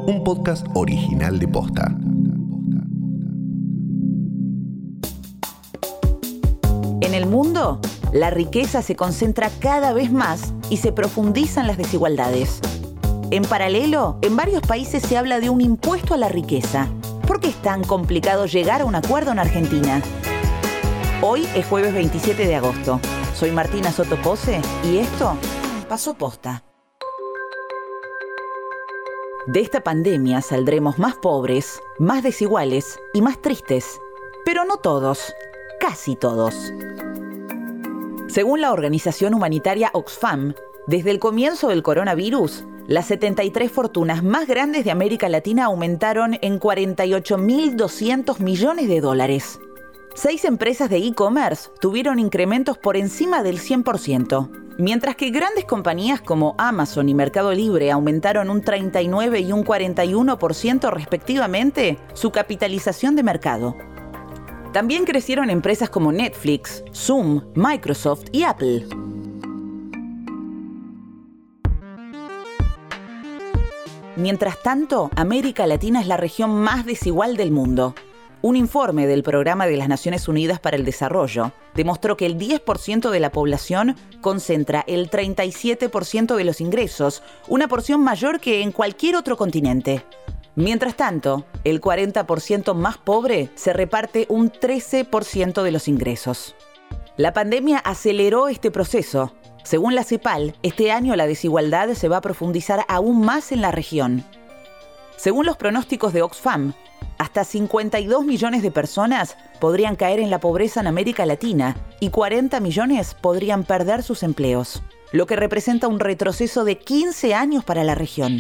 un podcast original de Posta. En el mundo, la riqueza se concentra cada vez más y se profundizan las desigualdades. En paralelo, en varios países se habla de un impuesto a la riqueza. ¿Por qué es tan complicado llegar a un acuerdo en Argentina? Hoy es jueves 27 de agosto. Soy Martina Soto Pose y esto pasó posta. De esta pandemia saldremos más pobres, más desiguales y más tristes. Pero no todos, casi todos. Según la organización humanitaria Oxfam, desde el comienzo del coronavirus, las 73 fortunas más grandes de América Latina aumentaron en 48.200 millones de dólares. 6 empresas de e-commerce tuvieron incrementos por encima del 100%, mientras que grandes compañías como Amazon y Mercado Libre aumentaron un 39 y un 41% respectivamente su capitalización de mercado. También crecieron empresas como Netflix, Zoom, Microsoft y Apple. Mientras tanto, América Latina es la región más desigual del mundo. Un informe del Programa de las Naciones Unidas para el Desarrollo demostró que el 10% de la población concentra el 37% de los ingresos, una porción mayor que en cualquier otro continente. Mientras tanto, el 40% más pobre se reparte un 13% de los ingresos. La pandemia aceleró este proceso. Según la CEPAL, este año la desigualdad se va a profundizar aún más en la región. Según los pronósticos de Oxfam, hasta 52 millones de personas podrían caer en la pobreza en América Latina y 40 millones podrían perder sus empleos, lo que representa un retroceso de 15 años para la región.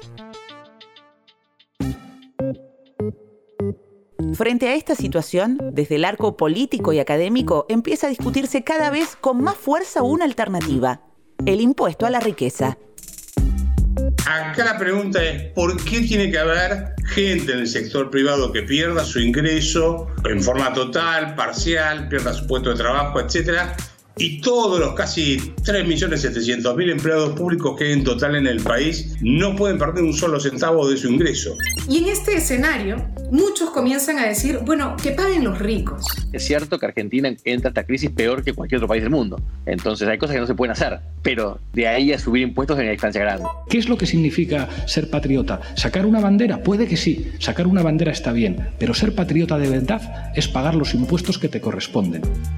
Frente a esta situación, desde el arco político y académico empieza a discutirse cada vez con más fuerza una alternativa: el impuesto a la riqueza. Acá la pregunta es, ¿por qué tiene que haber gente en el sector privado que pierda su ingreso en forma total, parcial, pierda su puesto de trabajo, etcétera? Y todos los casi 3.700.000 empleados públicos que hay en total en el país no pueden perder un solo centavo de su ingreso. Y en este escenario, muchos comienzan a decir, bueno, que paguen los ricos. Es cierto que Argentina entra a esta crisis peor que cualquier otro país del mundo. Entonces hay cosas que no se pueden hacer, pero de ahí a subir impuestos hay una distancia grande. ¿Qué es lo que significa ser patriota? ¿Sacar una bandera? Puede que sí, sacar una bandera está bien, pero ser patriota de verdad es pagar los impuestos que te corresponden.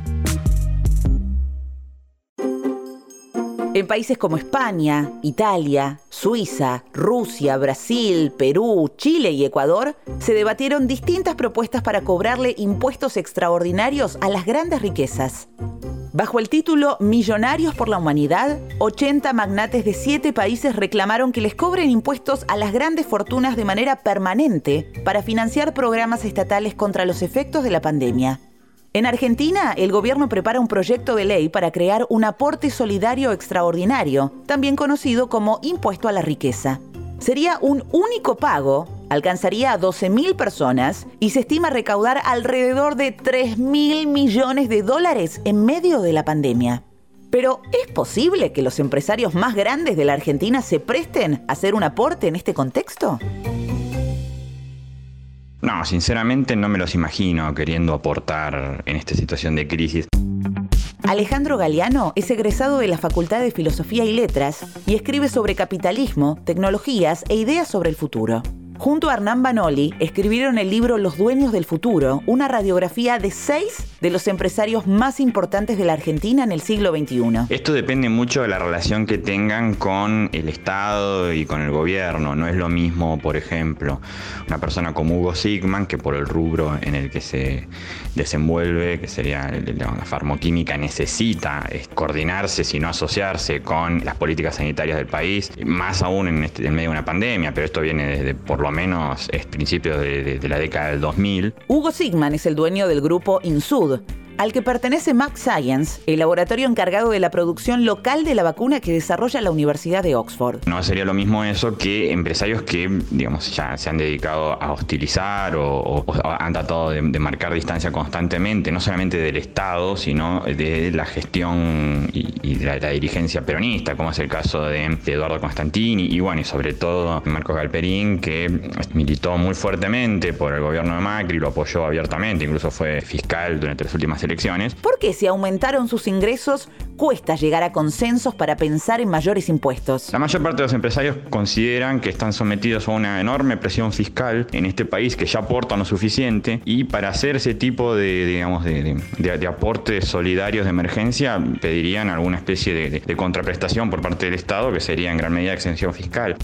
En países como España, Italia, Suiza, Rusia, Brasil, Perú, Chile y Ecuador, se debatieron distintas propuestas para cobrarle impuestos extraordinarios a las grandes riquezas. Bajo el título Millonarios por la Humanidad, 80 magnates de 7 países reclamaron que les cobren impuestos a las grandes fortunas de manera permanente para financiar programas estatales contra los efectos de la pandemia. En Argentina, el gobierno prepara un proyecto de ley para crear un aporte solidario extraordinario, también conocido como impuesto a la riqueza. Sería un único pago, alcanzaría a 12.000 personas y se estima recaudar alrededor de 3.000 millones de dólares en medio de la pandemia. Pero, ¿es posible que los empresarios más grandes de la Argentina se presten a hacer un aporte en este contexto? No, sinceramente no me los imagino queriendo aportar en esta situación de crisis. Alejandro Galeano es egresado de la Facultad de Filosofía y Letras y escribe sobre capitalismo, tecnologías e ideas sobre el futuro. Junto a Hernán Banoli, escribieron el libro Los Dueños del Futuro, una radiografía de 6 de los empresarios más importantes de la Argentina en el siglo XXI. Esto depende mucho de la relación que tengan con el Estado y con el gobierno. No es lo mismo, por ejemplo, una persona como Hugo Sigman, que por el rubro en el que se desenvuelve, que sería la farmoquímica, necesita coordinarse, si no asociarse con las políticas sanitarias del país, más aún en medio de una pandemia, pero esto viene desde por lo menos principios de la década del 2000. Hugo Sigman es el dueño del grupo Insud, al que pertenece MabScience, el laboratorio encargado de la producción local de la vacuna que desarrolla la Universidad de Oxford. No sería lo mismo eso que empresarios que, digamos, ya se han dedicado a hostilizar o han tratado de marcar distancia constantemente, no solamente del Estado, sino de la gestión y de la dirigencia peronista, como es el caso de Eduardo Constantini y bueno, y sobre todo Marcos Galperín, que militó muy fuertemente por el gobierno de Macri, lo apoyó abiertamente, incluso fue fiscal durante las últimas elecciones. Porque si aumentaron sus ingresos, cuesta llegar a consensos para pensar en mayores impuestos. La mayor parte de los empresarios consideran que están sometidos a una enorme presión fiscal en este país, que ya aportan lo suficiente, y para hacer ese tipo de aportes solidarios de emergencia pedirían alguna especie de contraprestación por parte del Estado, que sería en gran medida exención fiscal.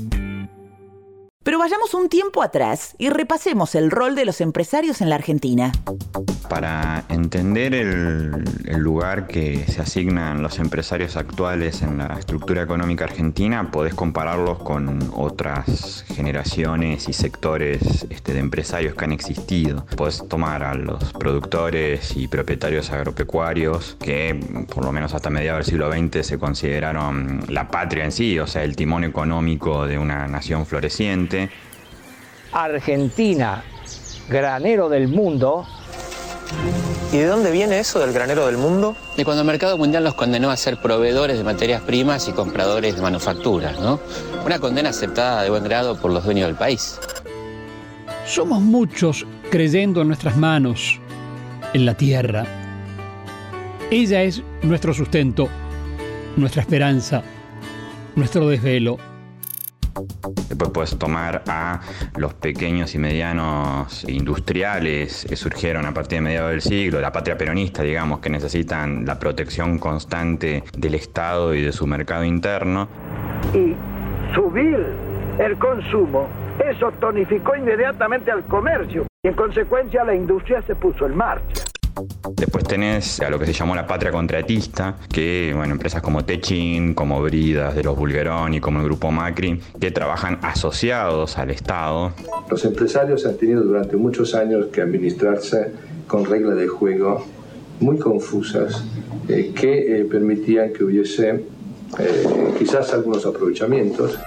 Pero vayamos un tiempo atrás y repasemos el rol de los empresarios en la Argentina. Para entender el lugar que se asignan los empresarios actuales en la estructura económica argentina, podés compararlos con otras generaciones y sectores de empresarios que han existido. Podés tomar a los productores y propietarios agropecuarios, que por lo menos hasta mediados del siglo XX se consideraron la patria en sí, o sea, el timón económico de una nación floreciente. Argentina, granero del mundo. ¿Y de dónde viene eso del granero del mundo? De cuando el mercado mundial nos condenó a ser proveedores de materias primas y compradores de manufacturas, ¿no? Una condena aceptada de buen grado por los dueños del país. Somos muchos creyendo en nuestras manos, en la tierra. Ella es nuestro sustento, nuestra esperanza, nuestro desvelo. Después puedes tomar a los pequeños y medianos industriales que surgieron a partir de mediados del siglo, la patria peronista, digamos, que necesitan la protección constante del Estado y de su mercado interno. Y subir el consumo, eso tonificó inmediatamente al comercio y en consecuencia la industria se puso en marcha. Después tenés a lo que se llamó la patria contratista, que bueno, empresas como Techin, como Bridas de los Bulgerón y como el Grupo Macri, que trabajan asociados al Estado. Los empresarios han tenido durante muchos años que administrarse con reglas de juego muy confusas que permitían que hubiese quizás algunos aprovechamientos.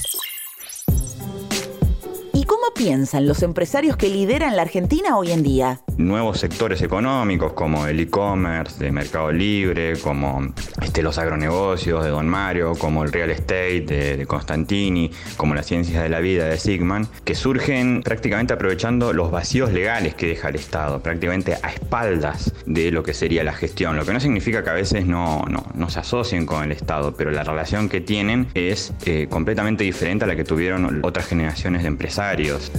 ¿Cómo piensan los empresarios que lideran la Argentina hoy en día? Nuevos sectores económicos como el e-commerce de Mercado Libre, como los agronegocios de Don Mario, como el real estate de Constantini, como las ciencias de la vida de Sigman, que surgen prácticamente aprovechando los vacíos legales que deja el Estado, prácticamente a espaldas de lo que sería la gestión, lo que no significa que a veces no se asocien con el Estado, pero la relación que tienen es completamente diferente a la que tuvieron otras generaciones de empresarios.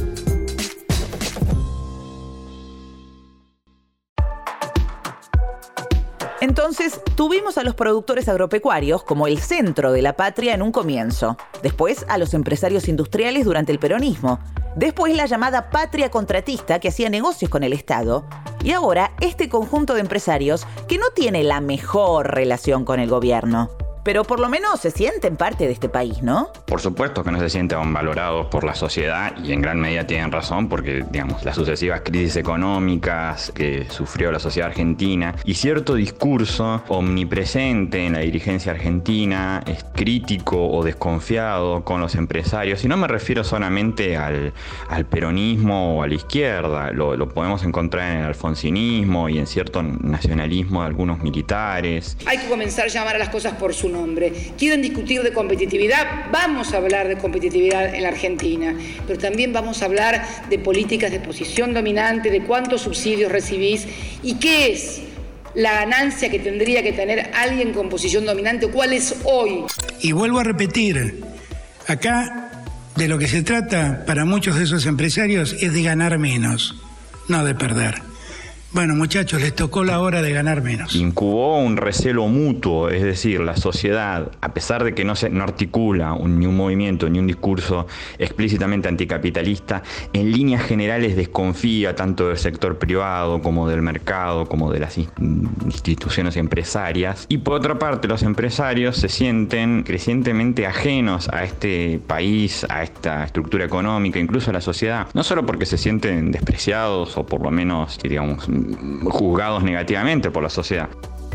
Entonces, tuvimos a los productores agropecuarios como el centro de la patria en un comienzo, después a los empresarios industriales durante el peronismo, después la llamada patria contratista que hacía negocios con el Estado, y ahora este conjunto de empresarios que no tiene la mejor relación con el gobierno. Pero por lo menos se sienten parte de este país, ¿no? Por supuesto que no se sienten valorados por la sociedad y en gran medida tienen razón porque, digamos, las sucesivas crisis económicas que sufrió la sociedad argentina y cierto discurso omnipresente en la dirigencia argentina es crítico o desconfiado con los empresarios. Y no me refiero solamente al peronismo o a la izquierda, lo podemos encontrar en el alfonsinismo y en cierto nacionalismo de algunos militares. Hay que comenzar a llamar a las cosas por su nombre. Quieren discutir de competitividad, vamos a hablar de competitividad en la Argentina, pero también vamos a hablar de políticas de posición dominante, de cuántos subsidios recibís y qué es la ganancia que tendría que tener alguien con posición dominante, cuál es hoy. Y vuelvo a repetir, acá de lo que se trata para muchos de esos empresarios es de ganar menos, no de perder. Bueno, muchachos, les tocó la hora de ganar menos. Incubó un recelo mutuo, es decir, la sociedad, a pesar de que no articula ni un movimiento ni un discurso explícitamente anticapitalista, en líneas generales desconfía tanto del sector privado como del mercado, como de las instituciones empresarias. Y por otra parte, los empresarios se sienten crecientemente ajenos a este país, a esta estructura económica, incluso a la sociedad, no solo porque se sienten despreciados o por lo menos, digamos, juzgados negativamente por la sociedad.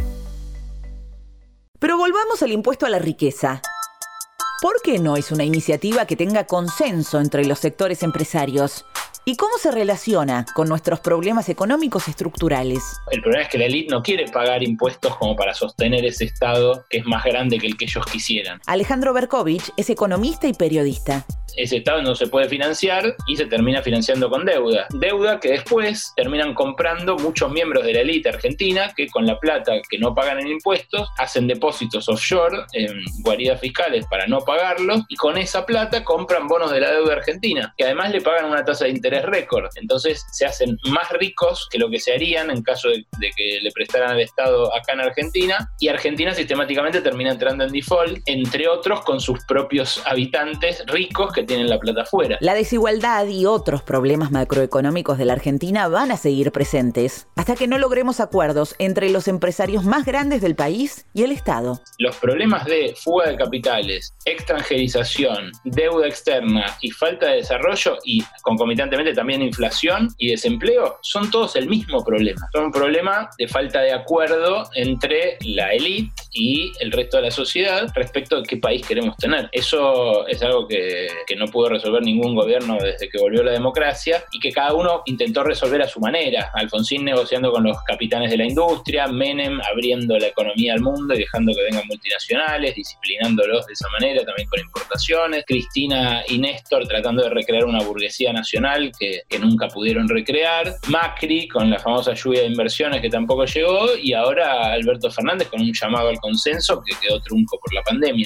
Pero volvamos al impuesto a la riqueza. ¿Por qué no es una iniciativa que tenga consenso entre los sectores empresarios? ¿Y cómo se relaciona con nuestros problemas económicos estructurales? El problema es que la élite no quiere pagar impuestos como para sostener ese Estado que es más grande que el que ellos quisieran. Alejandro Berkovich es economista y periodista. Ese Estado no se puede financiar y se termina financiando con deuda. Deuda que después terminan comprando muchos miembros de la élite argentina que con la plata que no pagan en impuestos hacen depósitos offshore en guaridas fiscales para no pagarlos y con esa plata compran bonos de la deuda argentina que además le pagan una tasa de interés récord. Entonces se hacen más ricos que lo que se harían en caso de que le prestaran al Estado acá en Argentina y Argentina sistemáticamente termina entrando en default, entre otros con sus propios habitantes ricos que tienen la plata afuera. La desigualdad y otros problemas macroeconómicos de la Argentina van a seguir presentes hasta que no logremos acuerdos entre los empresarios más grandes del país y el Estado. Los problemas de fuga de capitales, extranjerización, deuda externa y falta de desarrollo y concomitantemente también inflación y desempleo son todos el mismo problema. Son un problema de falta de acuerdo entre la élite y el resto de la sociedad respecto a qué país queremos tener. Eso es algo que no pudo resolver ningún gobierno desde que volvió la democracia y que cada uno intentó resolver a su manera. Alfonsín negociando con los capitanes de la industria, Menem abriendo la economía al mundo y dejando que vengan multinacionales, disciplinándolos de esa manera, también con importaciones. Cristina y Néstor tratando de recrear una burguesía nacional que nunca pudieron recrear. Macri con la famosa lluvia de inversiones que tampoco llegó y ahora Alberto Fernández con un llamado al consenso que quedó trunco por la pandemia.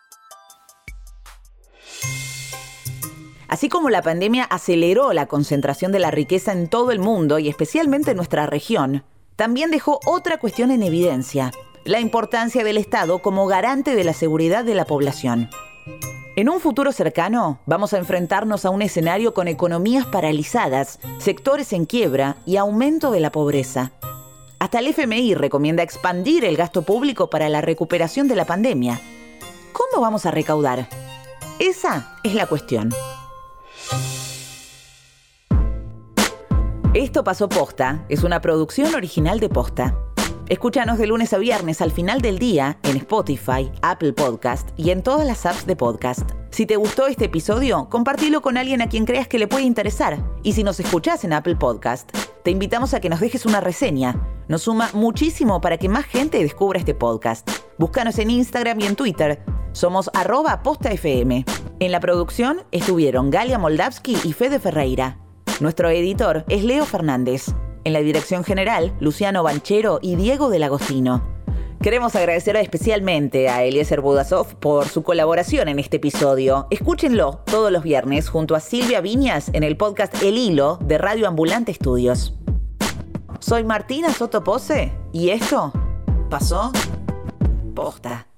Así como la pandemia aceleró la concentración de la riqueza en todo el mundo y especialmente en nuestra región, también dejó otra cuestión en evidencia: la importancia del Estado como garante de la seguridad de la población. En un futuro cercano, vamos a enfrentarnos a un escenario con economías paralizadas, sectores en quiebra y aumento de la pobreza. Hasta el FMI recomienda expandir el gasto público para la recuperación de la pandemia. ¿Cómo vamos a recaudar? Esa es la cuestión. Esto pasó Posta, es una producción original de Posta. Escúchanos de lunes a viernes al final del día en Spotify, Apple Podcast y en todas las apps de podcast. Si te gustó este episodio, compártelo con alguien a quien creas que le puede interesar. Y si nos escuchás en Apple Podcast, te invitamos a que nos dejes una reseña. Nos suma muchísimo para que más gente descubra este podcast. Búscanos en Instagram y en Twitter. Somos @postafm. En la producción estuvieron Galia Moldavsky y Fede Ferreira. Nuestro editor es Leo Fernández. En la dirección general, Luciano Banchero y Diego del Agostino. Queremos agradecer especialmente a Eliezer Budasov por su colaboración en este episodio. Escúchenlo todos los viernes junto a Silvia Viñas en el podcast El Hilo de Radio Ambulante Estudios. Soy Martina Soto Pose y esto pasó Posta.